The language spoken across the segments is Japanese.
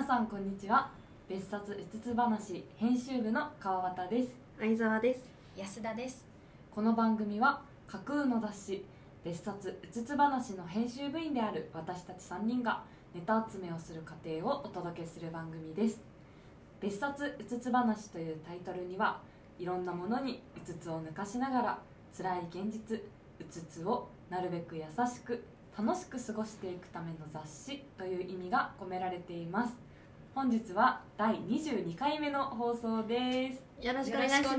さんこんにちは。別冊うつつ話編集部の川端です。 相沢です。 安田です。 この番組は架空の雑誌別冊うつつ話の編集部員である私たち3人がネタ集めをする過程をお届けする番組です。別冊うつつ話というタイトルにはいろんなものにうつつを抜かしながら辛い現実うつつをなるべく優しく楽しく過ごしていくための雑誌という意味が込められています。本日は第22回目の放送です。 よろしくお願いします。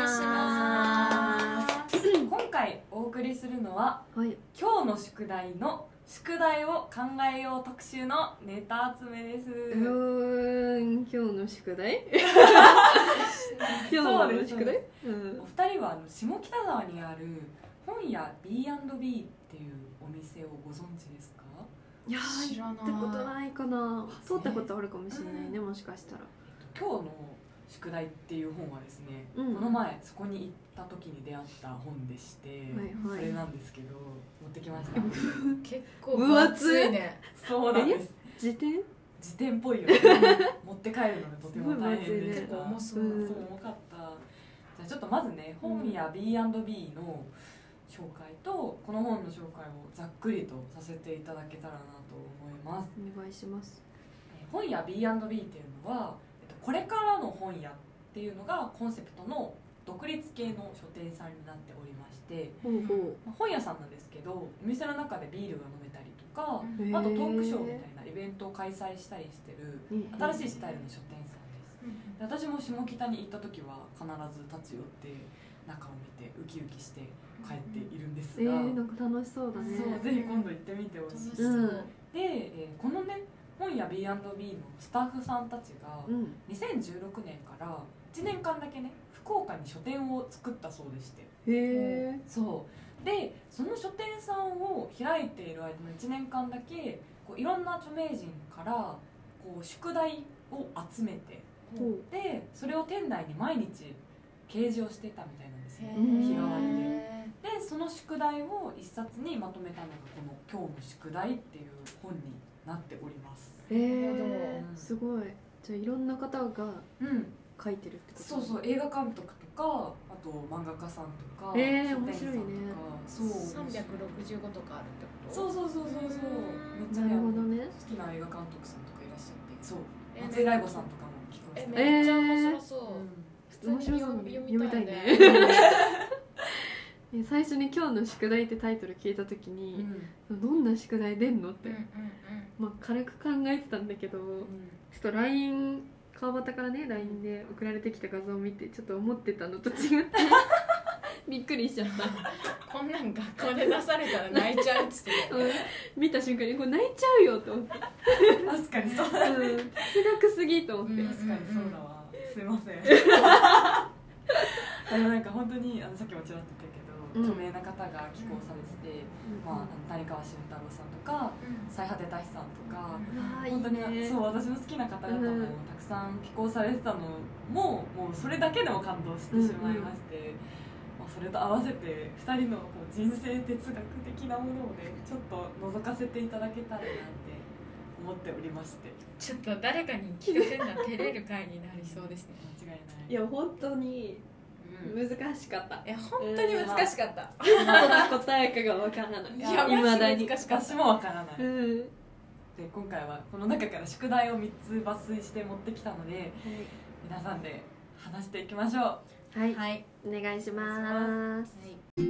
今回お送りするのは、 はい、 今日の宿題の宿題を考えよう特集のネタ集めです。 今日の宿題今日の宿題、 お二人は下北沢にある本屋 B&B っていうお店をご存知ですか？ いやー、行ったことないかな。通ったことあるかもしれないね、もしかしたら。 今日の宿題っていう本はですね、この前そこに行った時に出会った本でして、それなんですけど持ってきました。 結構分厚いね。 そうなんです。 辞典っぽいよね。持って帰るのでとても大変でした。 結構重そう。 重かった。じゃあちょっとまずね、本屋 B&B の紹介とこの本の紹介をざっくりとさせていただけたらなと思います。 お願いします。 本屋 B&B っていうのは、これからの本屋っていうのがコンセプトの独立系の書店さんになっておりまして、本屋さんなんですけどお店の中でビールが飲めたりとか、あとトークショーみたいなイベントを開催したりしてる新しいスタイルの書店さんです。で、私も下北に行った時は必ず立ち寄って中を見てウキウキして帰っているんですが、 なんか楽しそうだね。 そう、ぜひ今度行ってみてほしい。で、このね本屋 B&B のスタッフさんたちが2016年から1年間だけね福岡に書店を作ったそうでして、そうで、その書店さんを開いている間の1年間だけこういろんな著名人からこう宿題を集めて、でそれを店内に毎日掲示をしてたみたいなんですね、日替わりで。でその宿題を一冊にまとめたのがこの「今日の宿題」っていう本になっております。 すごい。じゃあいろんな方が書いてるってこと？ そうそう、映画監督とか、あと漫画家さんとか、 面白いね。 そう、365とかあるってこと？ そう、めっちゃなるほどね。 好きな映画監督さんとかいらっしゃって、そう、松井大悟さんとかも聞こえて、 めっちゃ面白そう。 面白そう。読みたいね。最初に今日の宿題ってタイトル聞いたときに、どんな宿題出んのって、軽く考えてたんだけど、ちょっと LINE 川端からね LINE で送られてきた画像を見てちょっと思ってたのと違ってびっくりしちゃった。 こんなん学校で出されたら泣いちゃうっつって、 見た瞬間にこれ泣いちゃうよと思って。 確かにそうだね、 哲学すぎと思って、 確かにそうだわ、すいません。なんか本当にさっきもちらっと言ったけど、著名な方が寄稿されてて、谷川俊太郎さんとか最果て大志さんとか、本当にそう私の好きな方々もたくさん寄稿されてたのも、もうそれだけでも感動してしまいまして、それと合わせて2人の人生哲学的なものをねちょっと覗かせていただけたらなって思っておりまして、 ちょっと誰かに聞かせるのは照れる回になりそうですね。 間違いない。 いや本当に難しかった。 本当に難しかった。 答えかがわからない。 いや未だに私もわからない。で今回はこの中から宿題を3つ抜粋して持ってきたので、皆さんで話していきましょう。 はい、お願いします。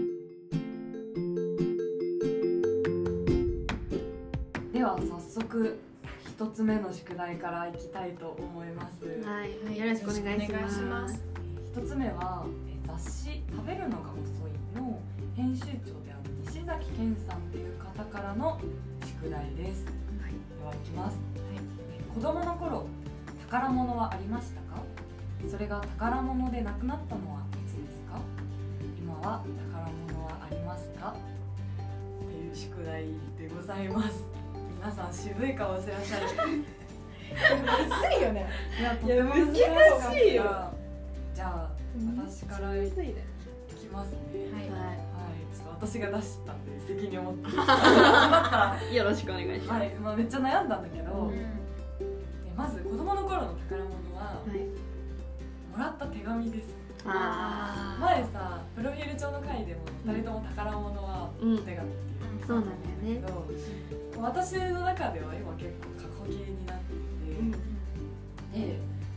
では早速1つ目の宿題からいきたいと思います。 はい、よろしくお願いします。 1つ目は雑誌「食べるのが遅い」の編集長である西崎健さんという方からの宿題です。ではいきます。子供の頃宝物はありましたか？それが宝物でなくなったのはいつですか？今は宝物はありますか？っていう宿題でございます。皆さん渋い顔してらっしゃる。 むずいよね。 いや、とても難しいよ。じゃあ私からいきますね。ちょっと私が出したんで責任を持ってよろしくお願いします。めっちゃ悩んだんだけど、 まず子供の頃の宝物は、もらった手紙です。前さプロフィール帳の回でも2人とも宝物はお手紙っていう、 そうなんだよね。 私の中では今結構過去形になってて、で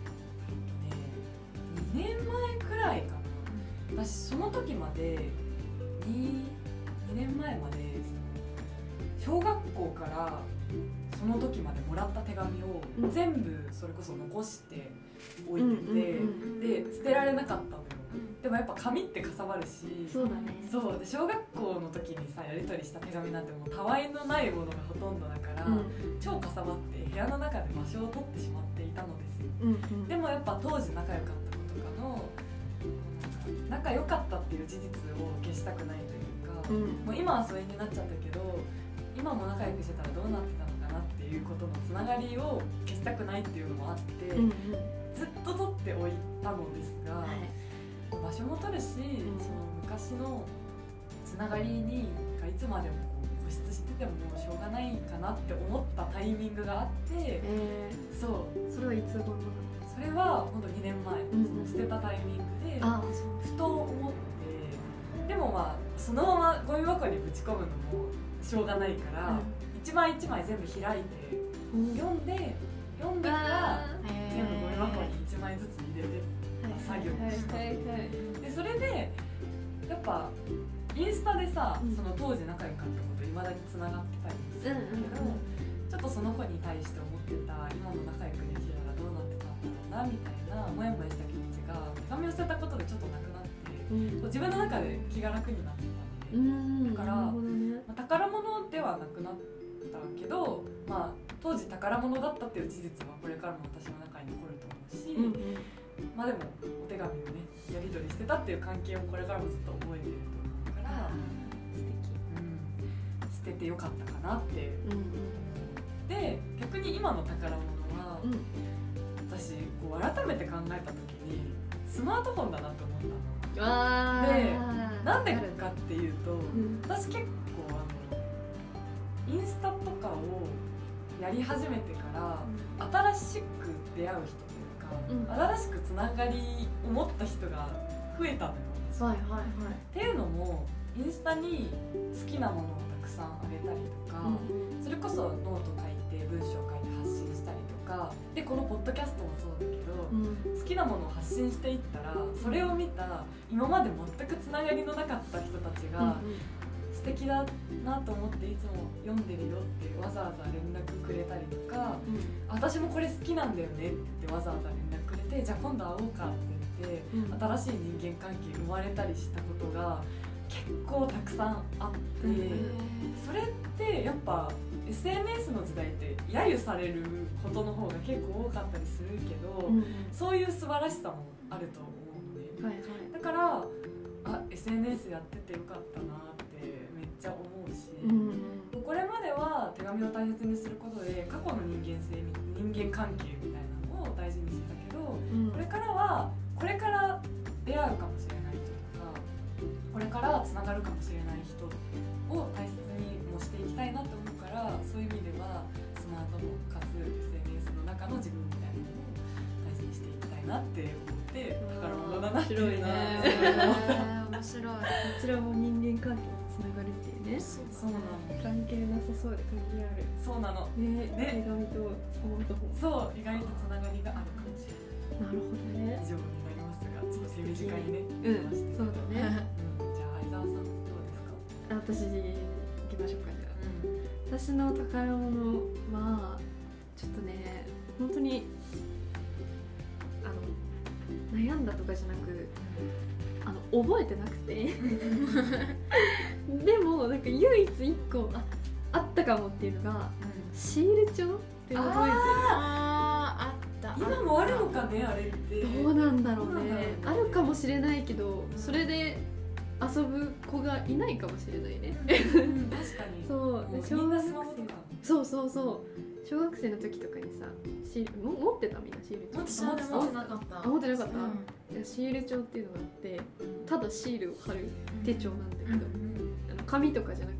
2年前くらいかな、私その時まで2年前まで小学校からその時までもらった手紙を全部それこそ残しておいてて、で捨てられなかったのよ。でもやっぱ紙ってかさばるし、 そうだね。 そうで小学校の時にさやり取りした手紙なんてもうたわいのないものがほとんどだから、超かさばって部屋の中で場所を取ってしまっていたのですよ。でもやっぱ当時仲良かった子とかの仲良かったっていう事実を消したくないというか、もう今は疎遠になっちゃったけど今も仲良くしてたらどうなってたのかなっていうことのつながりを消したくないっていうのもあって、ずっと取っておいたのですが、場所も取るし、その昔のつながりにいつまでも固執しててもしょうがないかなって思ったタイミングがあって、 それはいつ頃なの？ それは本当2年前、その捨てたタイミングでふと思って、でもまあそのままゴミ箱にぶち込むのもしょうがないから、一枚一枚全部開いて読んでから全部ゴミ箱に1枚ずつ入れて作業をした。でそれでやっぱインスタでさ、その当時仲良かった子といまだにつながってたりするんだけど、ちょっとその子に対して思ってた今も仲良くできたらどうなってたんだろうなみたいなモヤモヤした気持ちが手紙を捨てたことでちょっとなくなって、自分の中で気が楽になってたんで、だから、宝物ではなくなったけど、まあ、当時宝物だったっていう事実はこれからも私の中に残ると思うし、まあでもお手紙をねやり取りしてたっていう関係をこれからもずっと覚えてると思うから、捨ててよかったかなって、で逆に今の宝物は、私こう改めて考えた時にスマートフォンだなと思ったの。でなんでかっていうと、私結構インスタとかをやり始めてから新しく出会う人というか、新しくつながりを持った人が増えたのよ。っていうのもインスタに好きなものをたくさんあげたりとか、それこそノート書いて文章書いて発信したりとかで、このポッドキャストもそうだけど、好きなものを発信していったら、それを見た今まで全くつながりのなかった人たちが、素敵だなと思っていつも読んでるよってわざわざ連絡くれたりとか、私もこれ好きなんだよねって言ってわざわざ連絡くれて、じゃあ今度会おうかって言って、新しい人間関係生まれたりしたことが結構たくさんあって、それってやっぱ SNS の時代って揶揄されることの方が結構多かったりするけど、そういう素晴らしさもあると思うので、だからSNS やっててよかったなってめっちゃ思うし、これまでは手紙を大切にすることで過去の人間関係みたいなのを大事にしてたけど、これから出会うかもしれない人とか、これからつながるかもしれない人を大切にもしていきたいなと思うから、そういう意味ではスマートフォンかつ SNS の中の自分みたいなのを大事にしていきたいなって思って宝物だなっていうのは面白い。こちらも人間関係につながるっていうね。 そうなの。 関係なさそうで関係ある。 そうなの。 ね、手紙とスマートフォン。 そう、意外とつながりがあるかもしれない。 なるほどね。 以上になりますが、ちょっと手短にね。 そうだね。 じゃあ相沢さんどうですか？ 私行きましょうかじゃあ。私の宝物はちょっとね、本当に悩んだとかじゃなく、覚えてなくてでもなんか唯一1個あったかもっていうのが、シール帳って覚えてる？ あった。 今もあるのかね、あれって。 どうなんだろうね。あるかもしれないけど、それで遊ぶ子がいないかもしれないね。 確かに。 そうで小学生とか。 そう小学生の時とかにさ、シール持ってた？みんなシール帳。 持ってなかった。 持ってなかった。シール帳っていうのがあって、ただシールを貼る手帳なんだけど、紙とかじゃなくてなんかこ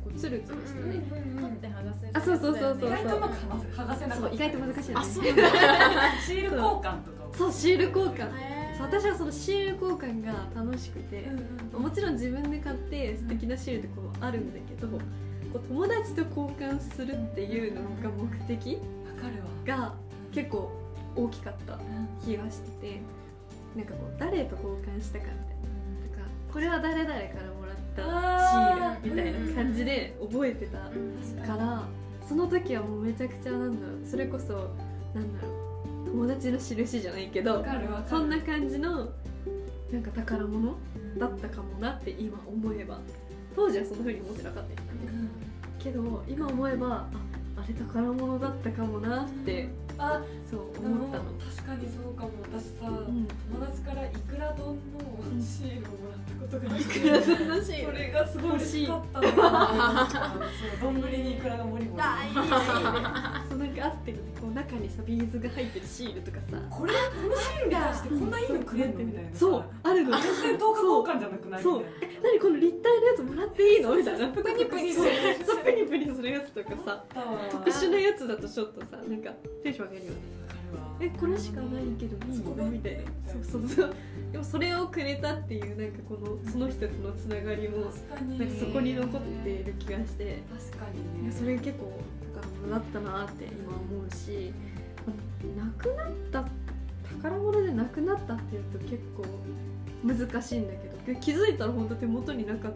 こうツルツルしてね、 取って剥がせる。 あ、そうそうそうそう、 意外となんか剥がせなかった。 そう意外と難しいよね。 あ、そう。 シール交換とか。 そうシール交換。そう私はそのシール交換が楽しくて、もちろん自分で買って素敵なシールとかもあるんだけど、こう友達と交換するっていうのが目的が結構大きかった気がしてて、なんかこう誰と交換したかみたいな、とかこれは誰々からもらったシールみたいな感じで覚えてたから、その時はもうめちゃくちゃなんだろう、それこそなんだろう、友達の印じゃないけど、そんな感じのなんか宝物だったかもなって今思えば、当時はそんな風に思ってなかったよね、けど今思えばあれ宝物だったかもなってそう思ったの。 確かにそうかも。私さ、友達からいくら丼のシールをもらったことがあって、いくら丼のシール、それがすごい嬉しかったのよ。丼にいくらがもりもり。 そうなんかあってこう中にさビーズが入ってるシールとかさ、 このシールに対してこんないいのくれんのみたいな。 そうあるの。 全然等価交換じゃなくないみたいな。 そう何この立体のやつもらっていいのみたいな。 プニプニする。 そうプニプニするやつとかさ、特殊なやつだとちょっとさなんかテンション上がるよね。これしかないけどいいのみたいな。そうそうそう。でもそれをくれたっていうなんかこのその人とのつながりもなんかそこに残っている気がして、 確かにね。 それ結構宝物だったなって今思うし、なくなった宝物でなくなったっていうと結構難しいんだけど、気づいたら本当手元になかったから、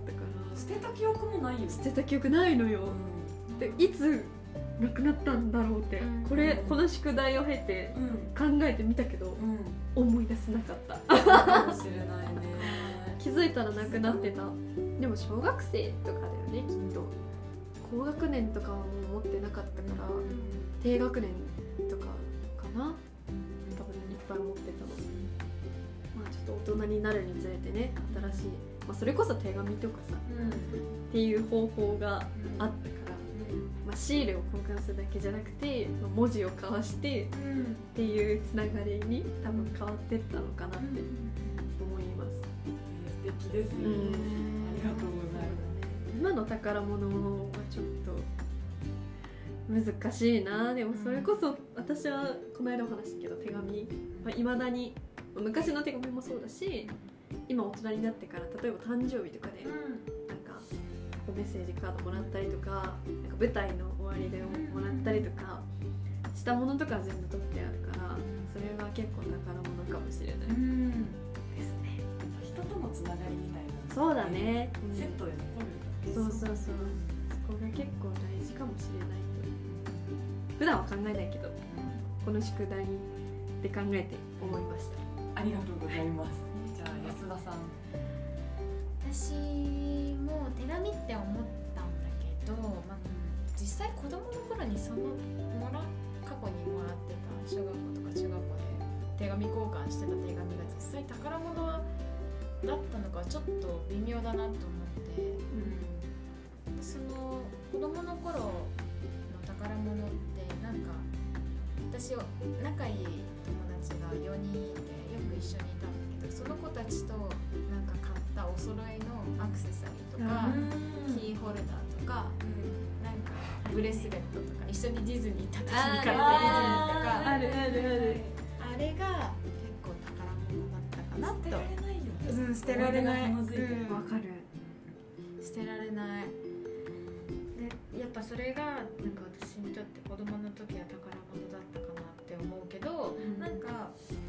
捨てた記憶もないよ。 捨てた記憶ないのよ。でいつなくなったんだろうって、この宿題を経て考えてみたけど、思い出せなかったかもしれないね。 気づいたらなくなってた。でも小学生とかだよねきっと。高学年とかはもう持ってなかったから、低学年とかかな、多分いっぱい持ってたの。まあちょっと大人になるにつれてね、新しい、まあ、それこそ手紙とかさ、っていう方法があったから、まあ、シールを交換するだけじゃなくて、まあ、文字を交わしてっていうつながりに多分変わってったのかなって思います。 素敵ですね。ありがとうございます。 今の宝物はちょっと難しいな。でもそれこそ私はこの間お話したけど手紙、まあ、未だに昔の手紙もそうだし、今大人になってから例えば誕生日とかでなんかメッセージカードもらったりとか、なんか舞台の終わりでもらったりとかしたものとかは全部取ってあるから、それは結構宝物かもしれないですね。 人とのつながりみたいな。 そうだね。 セットで残る。 そうそうそう。そこが結構大事かもしれない。普段は考えないけど、この宿題で考えて思いました。 ありがとうございます。じゃあ安田さん。 私も手紙って思ったんだけど、まあ、実際子供の頃に過去にもらってた小学校とか中学校で手紙交換してた手紙が実際宝物だったのかちょっと微妙だなと思って、その子供の頃の宝物ってなんか私仲いい友達が4人いてよく一緒にいたんだけど、その子たちとなんか買ったお揃いのアクセサリーとかキーホルダーとかなんかブレスレットとか一緒にディズニー行った時に買ったディズニーとかあるあるある。 あれが結構宝物だったかなと。 捨てられないよね。 捨てられない。 わかる。 捨てられない。でやっぱそれがなんか私にとって子供の時は宝物だったかなって思うけど、なんか、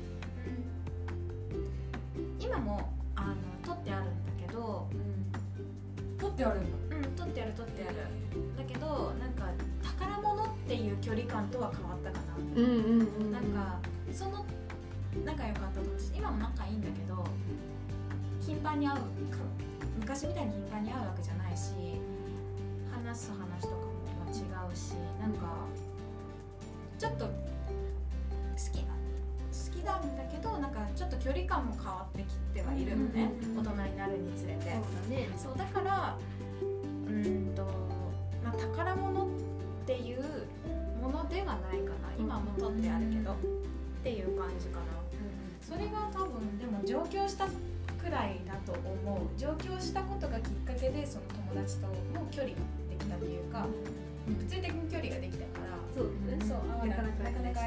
今も取ってあるんだけど、 取ってあるんだ。 取ってある。だけどなんか宝物っていう距離感とは変わったかな。なんかその仲良かった友達、今も仲いいんだけど頻繁に会う、昔みたいに頻繁に会うわけじゃないし、話す話とかも違うし、なんかちょっと好きなんだけど、なんかちょっと距離感も変わってきてはいるのね、大人になるにつれて。そうだからまあ、宝物っていうものではないかな。今も取ってあるけどっていう感じかな。それが多分でも上京したくらいだと思う。上京したことがきっかけでその友達とも距離ができったというか、物理的に距離ができたから、 そうなかなか会えなくなって、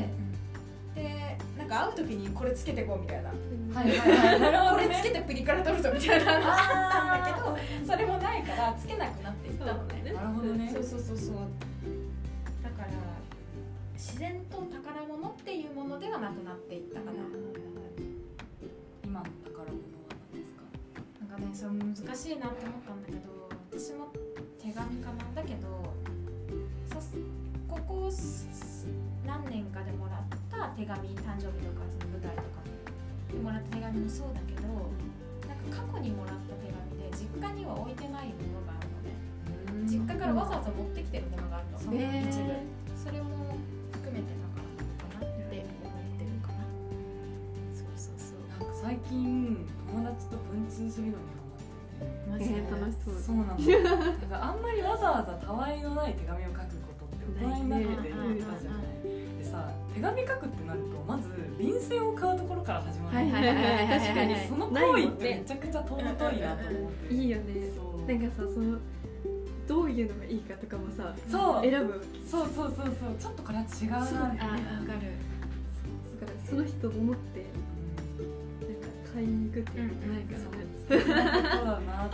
でなんか会う時にこれつけてこうみたいな、これつけてプリクラ撮るぞみたいなのがあったんだけど、それもないからつけなくなっていったのね。 なるほどね。 そうだから自然と宝物っていうものではなくなっていったかな。 今の宝物は何ですか？ なんかね、それ難しいなって思ったんだけど、私も手紙かな。だけどここ何年かでもらった手紙、誕生日とかその舞台とかでもらった手紙もそうだけど、なんか過去にもらった手紙で実家には置いてないものがあるのね。実家からわざわざ持ってきてるものがあるの、一部。それも含めて宝物かなって思ってるかな。 なんか最近友達と文通するのにハマってて、 楽しそう。 そうなの。なんかあんまりわざわざたわいのない手紙を書くことって大人になって言ったじゃない。でさ、手紙書くってなるとまず便箋を買うところから始まる。 確かにその行為ってめちゃくちゃ尊いなと思って。 いいよね。なんかさ、そのどういうのがいいかとかもさ、選ぶ。 そうちょっとこれは違うな。わかる。 だからその人を思ってなんか買いに行くっていうのないからね。 そうだなって。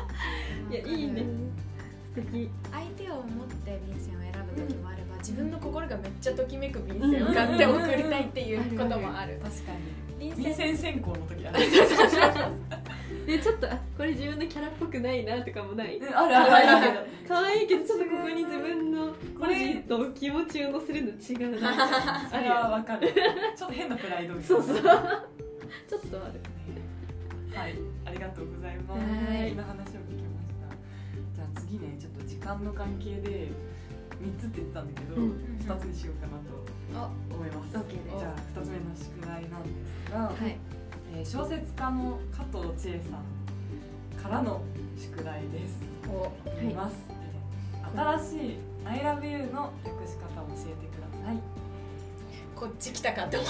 いや、いいね。素敵。 相手を思って便箋を選ぶ時もあれば、自分の心がめっちゃときめく便箋を買って送りたいっていうこともある。 確かに。便箋選考の時だね。 でちょっとこれ自分のキャラっぽくないなとかもない。 あるけど可愛いけどちょっとここに自分の文字と気持ちを乗せるの違うな。 それはわかる。ちょっと変なプライドみたいな。 ちょっとある。 はい、ありがとうございます。素敵な話を聞きました。じゃあ次ね、ちょっと時間の関係で3つって言ってたんだけど、2つにしようかなと思います。じゃあ2つ目の宿題なんですが、小説家の加藤千恵さんからの宿題です。読みます。新しい I love you の略し方を教えてください。 こっち来たかって思った。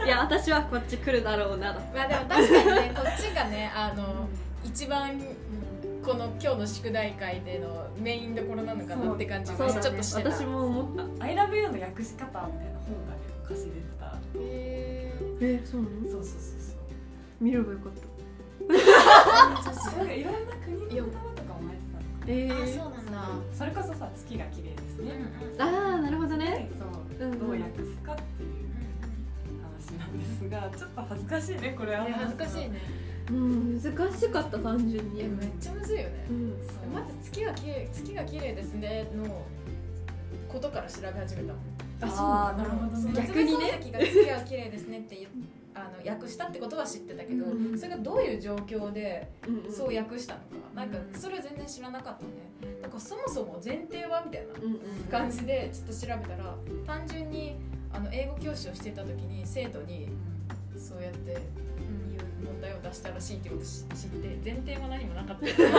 いや、私はこっち来るだろうな。 まあでも確かにね、こっちがね、一番この今日の宿題会でのメインどころなのかなって感じがちょっとしてた。 私も思った。 I love you の訳し方みたいな本が歌詞出てた。 そうなの？ そう見ればよかった。 なんかいろんな国の言葉とかも入ってたの。 そうなんだ。 それこそさ、月が綺麗ですね。 なるほどね。 どう訳すかっていう話なんですが、ちょっと恥ずかしいね、これは。 恥ずかしいね。 難しかった、単純に。 めっちゃむずいよね。まず月が綺麗ですねのことから調べ始めたもん。 なるほどね。 逆にね、月が綺麗ですねって訳したってことは知ってたけど、それがどういう状況でそう訳したのか、なんかそれは全然知らなかったのね。なんかそもそも前提はみたいな感じでちょっと調べたら、単純に英語教師をしていた時に生徒にそうやっていう問題を出したらしいってことを知って、前提は何もなかったってことを知った。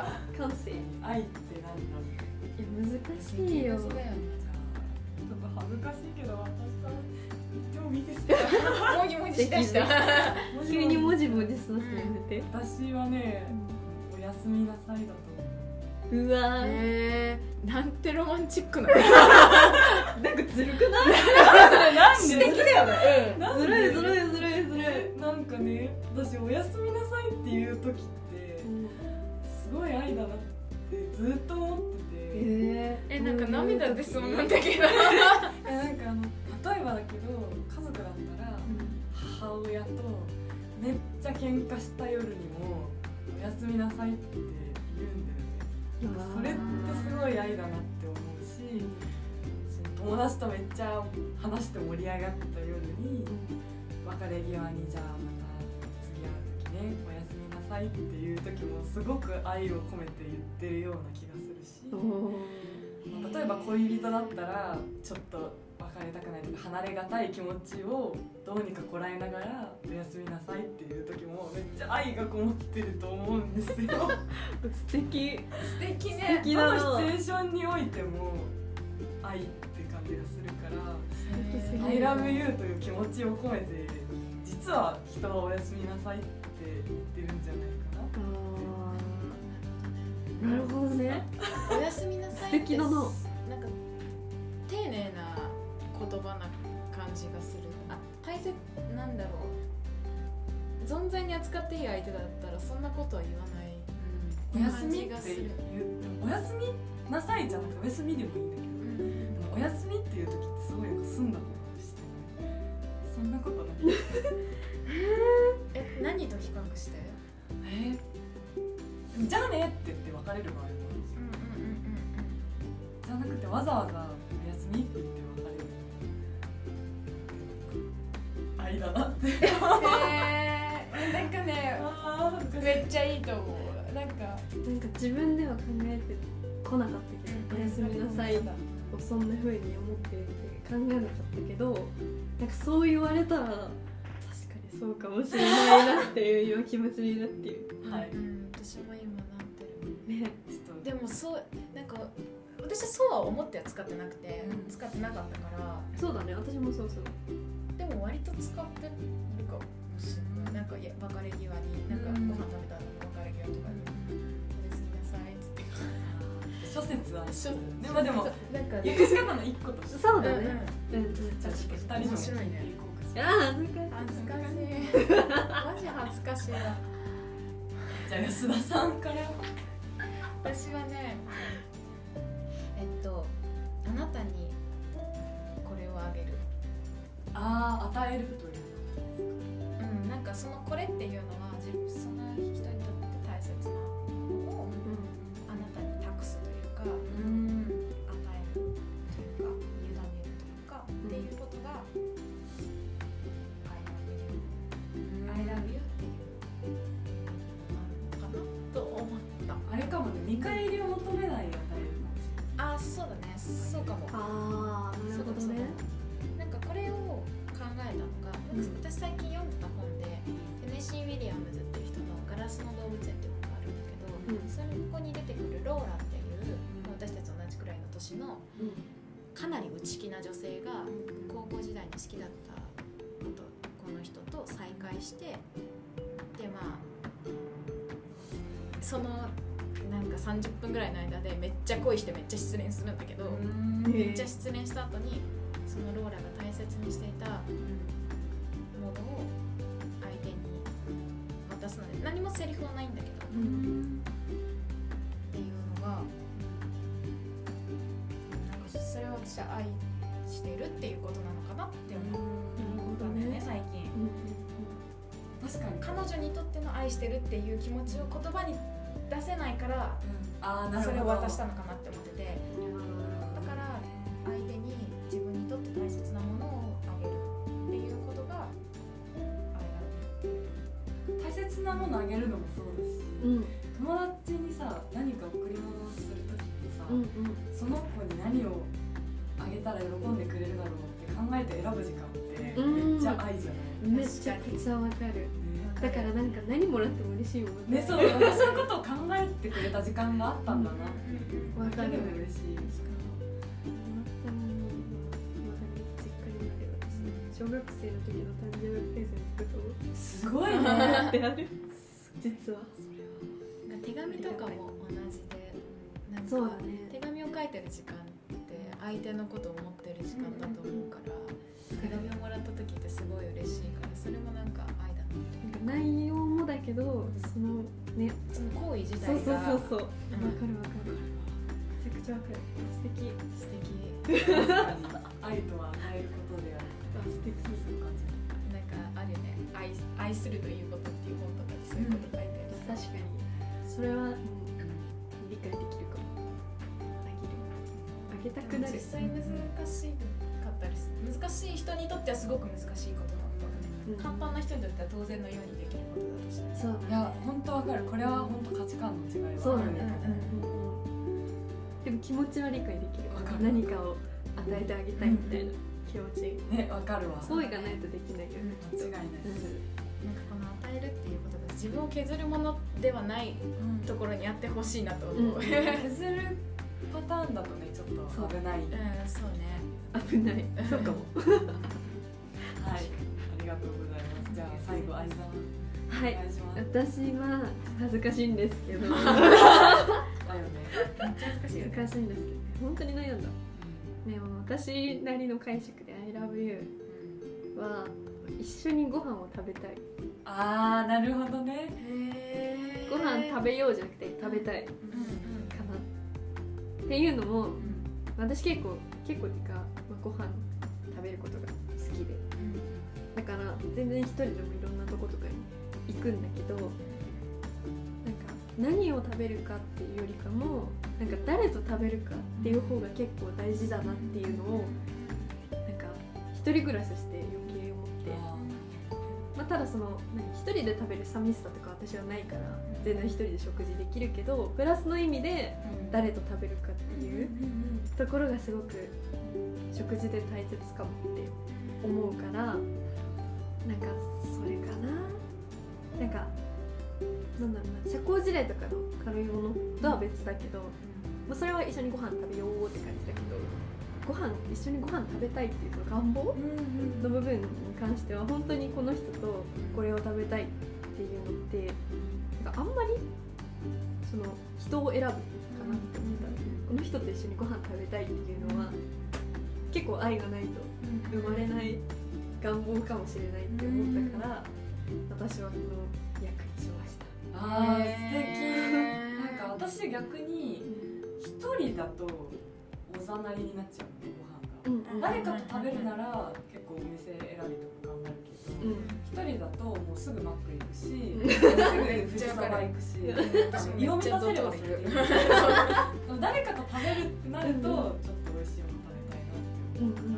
感性。 愛って何だろう。 難しいよ。 ちょっと恥ずかしいけど、私から言ってもいいですか？ もじもじしだした。 急にもじもじしますね。 私はね、おやすみなさいだと。 うわなんてロマンチックなの。 なんかずるくない？ なんで？ 素敵だよね。 ずるい。 なんかね、私おやすみなさいっていう時ってすごい愛だなってずっと思ってて。 なんか涙出そうなんだけど。 なんか例えばだけど、家族だったら母親とめっちゃ喧嘩した夜にもおやすみなさいって言うんだよね。それってすごい愛だなって思うし、友達とめっちゃ話して盛り上がった夜に別れ際に、じゃあまた次会う時ね、おやすみなさいっていう時もすごく愛を込めて言ってるような気がするし、例えば恋人だったらちょっと別れたくないとか離れがたい気持ちをどうにかこらえながらおやすみなさいっていう時もめっちゃ愛がこもってると思うんですよ。 素敵ね。 どのシチュエーションにおいても愛って感じがするから、I love you という気持ちを込めて実は人はおやすみなさいって言ってるんじゃないかなって。 なるほどね。 おやすみなさいって素敵だな。 なんか丁寧な言葉な感じがする。大切なんだろう、存在に扱っていい相手だったらそんなことは言わないおやすみ感じがする。 おやすみなさいじゃなくておやすみでもいいんだけど、おやすみっていう時ってすごいなんか澄んだことしてない？そんなことない。 何と比較して？ じゃあねって言って別れる場合もあるし、じゃなくてわざわざおやすみって言って別れる愛だなってなんかねめっちゃいいと思う。なんか自分では考えてこなかったけど、おやすみなさいをそんな風に思って考えなかったけど、なんかそう言われたら確かにそうかもしれないなっていう今気持ちになっている。 はい、 私も今なってるね。 でもそうなんか私はそうは思っては使ってなくて、使ってなかったから。 そうだね、私もそう。 でも割と使ってるかもしれない。なんか別れ際になんかご飯食べたら別れ際とかにおやすみなさいっつって。 諸説はでもなんか訳し方の一個として。 そうだね。 じゃあちょっと2人の面白いね。 恥ずかしい。 マジ恥ずかしいわ。 じゃあ安田さんから。 私はね、あなたにこれをあげる。 与えるという。 なんかそのこれっていうのはその人にとって大切なものをあなたに託すというか、与えるというか、委ねるというか、っていうことが I love you っていうのかなと思った。 あれかもね、見返りを求めない与えるかもしれない。 そうだね、そうかも。 なるほどね。 なんかこれを考えたのが、私最近読んだ本でテネシー・ウィリアムズっていう人のガラスの動物園っていう本があるんだけど、そこに出てくるローラっていう私たち同じくらいの年のかなり内気な女性が高校時代に好きだったこの人と再会して、でそのなんか30分ぐらいの間でめっちゃ恋してめっちゃ失恋するんだけど、めっちゃ失恋した後にそのローラが大切にしていたものを相手に渡すので、何もセリフはないんだけど、っていうのがなんかそれを私は愛してるっていうことなのかなって思ったんだよね、最近。 確かに彼女にとっての愛してるっていう気持ちを言葉に出せないから、それを渡したのかなって思ってて、だから相手に自分にとって大切なものをあげるっていうことが大切なものあげるのもそうだし、友達にさ何か贈り物をするときってさ、その子に何をあげたら喜んでくれるだろうって考えて選ぶ時間ってめっちゃ愛じゃない？ めっちゃくちゃわかる。だからなんか何もらっても嬉しいもんね。そういうことを考えてくれた時間があったんだなっていう。 わかる。 嬉しい。 小学生の時の誕生日プレゼントとすごいねってある。実は手紙とかも同じで、なんか手紙を書いてる時間って相手のことを思ってる時間だと思うから、手紙をもらった時ってすごい嬉しいから、それもなんか愛だなって。 内容もだけどそのね、 その行為自体がそうわかるめちゃくちゃわかる。素敵愛とは与えることである。 素敵そういう感じ。なんかあるよね、愛するということっていう本とかにそういうこと書いてある。 確かにそれは、理解できるかも。あげたくなる。 実際難しかったりする。難しい人にとってはすごく難しいことなのかもね、簡単な人にとっては当然のようにできることだとして、 そう、 いや本当わかる。これは本当価値観の違いはあるね。 でも気持ちは理解できる。何かを与えてあげたいみたいな気持ちね、わかるわ。 そういかないとできないよね。 間違いない。 なんかこの与えるっていうことが自分を削るものではないところにやってほしいなと思う。 削るパターンだとね、ちょっと危ない。 そうね。 危ない。そうかも。 はい、ありがとうございます。じゃあ最後相沢。 はい。私は恥ずかしいんですけど。 だよね。 めっちゃ難しいよね。 難しいんですけど、本当に悩んだ。でも私なりの解釈で I love you は一緒にご飯を食べたい。 あー、なるほどね。 へー。 ご飯食べようじゃなくて食べたいかなっていうのも、私結構っていうか、ご飯食べることが好きで、だから全然一人でもいろんなとことかに行くんだけど、なんか何を食べるかっていうよりかも、なんか誰と食べるかっていう方が結構大事だなっていうのを、なんか一人暮らしして余計思って、まあ、ただその一人で食べる寂しさとか私はないから全然一人で食事できるけど、プラスの意味で誰と食べるかっていうところがすごく食事で大切かもって思うから、なんかそれかな。なんかなんだろうな、社交辞令とかの軽いものとは別だけど、まあ、それは一緒にご飯食べようって感じだけど、一緒にご飯食べたいっていうその願望の部分に関しては本当にこの人とこれを食べたいっていうのってなんかあんまりその人を選ぶかなって思った。この人と一緒にご飯食べたいっていうのは結構愛がないと生まれない願望かもしれないって思ったから、私はこの役にしました。 あー、素敵。なんか私逆に一人だとおざなりになっちゃうね、ご飯が。誰かと食べるなら結構お店選びとか頑張るけど、一人だともうすぐマック行くし、すぐ藤沢行くし、胃を満たせればそれでいい。誰かと食べるってなるとちょっと美味しいもの食べたいなって思うから、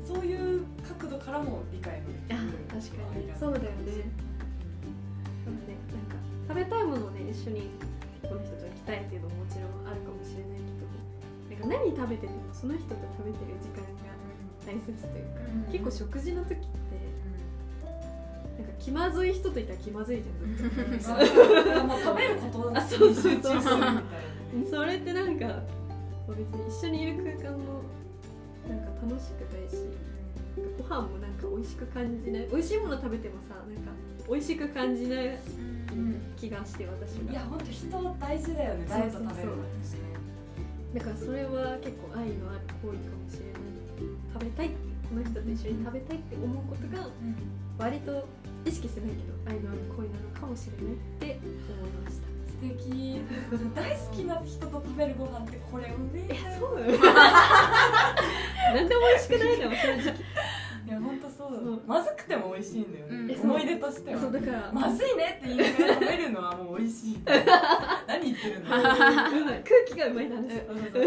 そういう角度からも理解ができる。 確かにそうだよね。なんか食べたいものをね、一緒にこの人と行きたいっていうのももちろんあるかもしれないけど、なんか何食べててもその人と食べてる時間が大切というか、結構食事の時ってなんか気まずい人といたら気まずいじゃん、ずっと。 もう食べることにそう集中するみたいな。 それってなんか別に一緒にいる空間もなんか楽しくないし、ご飯もなんか美味しく感じない。美味しいもの食べてもさ、なんか美味しく感じない気がして、私は。 いや本当人大事だよね、誰と食べるの。 だからそれは結構愛のある行為かもしれない。食べたい、この人と一緒に食べたいって思うことが割と意識してないけど愛のある行為なのかもしれないって思いました。 素敵。大好きな人と食べるご飯ってこれうめえ。 そうだよ。なんでも美味しくないの正直。 いや本当そう。まずくても美味しいんだよね。思い出としては。 そうだからまずいねって言いながら食べるのはもう美味しい。何言ってるの。 空気がうまいなんです。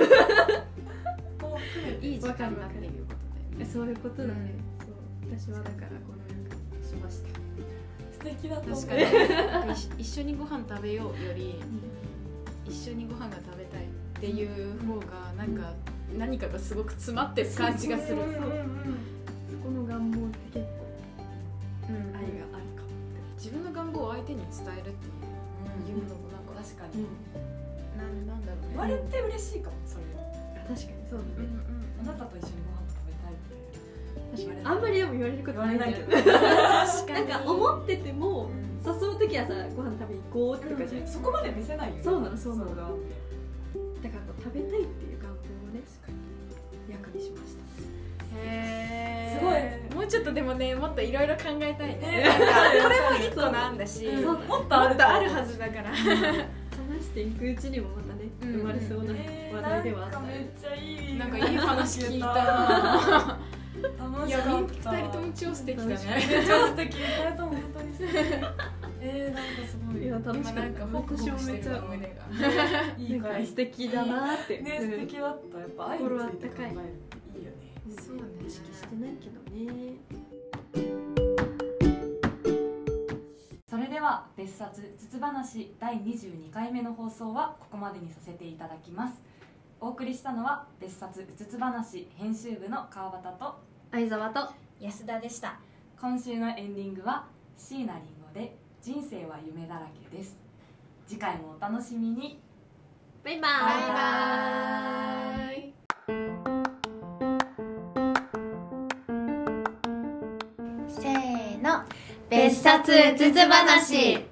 いい時間になっていうことで。 そういうことだね。そう、私はだからこの役しました。 素敵だと思う。 確かに一緒にご飯食べようより一緒にご飯が食べたいっていう方がなんか何かがすごく詰まってる感じがする。 そこの願望って結構愛があるかもって。 自分の願望を相手に伝えるっていうのもなんか確かになんだろうね。 言われて嬉しいかもそれ。 確かにそうだね。 あなたと一緒にご飯が食べたいって。 あんまりでも言われることないんだけど。 確なんか思ってても誘う時はさ、ご飯食べに行こうってとかじゃん。 そこまで見せないよね。 そうなのそうなの。だからこう食べたいっていう願望をね、役にしました。 へー、すごい。 もうちょっとでもね、もっといろいろ考えたいね。なんかこれも一個なんだし、 もっとあるはずだから。 話していくうちにもまたね、生まれそうな話題ではあった。 めっちゃいい。 なんかいい話聞いた。 楽しかった。 2人とも超素敵だね。 超素敵。2人とも本当に素敵。なんかすごい。 いや楽しかった。 なんかホクホクしてる胸が。 いいから素敵だなって。 ね、素敵だった。やっぱ愛について考えるっていいよね。 そうね。 意識してないけどね。 それでは別冊つつ話第22回目の放送はここまでにさせていただきます。お送りしたのは別冊うつつ話編集部の川端と相沢と安田でした。 今週のエンディングは椎名林檎で人生は夢だらけです。次回もお楽しみに。 バイバイ。 せーの、別冊つつ話。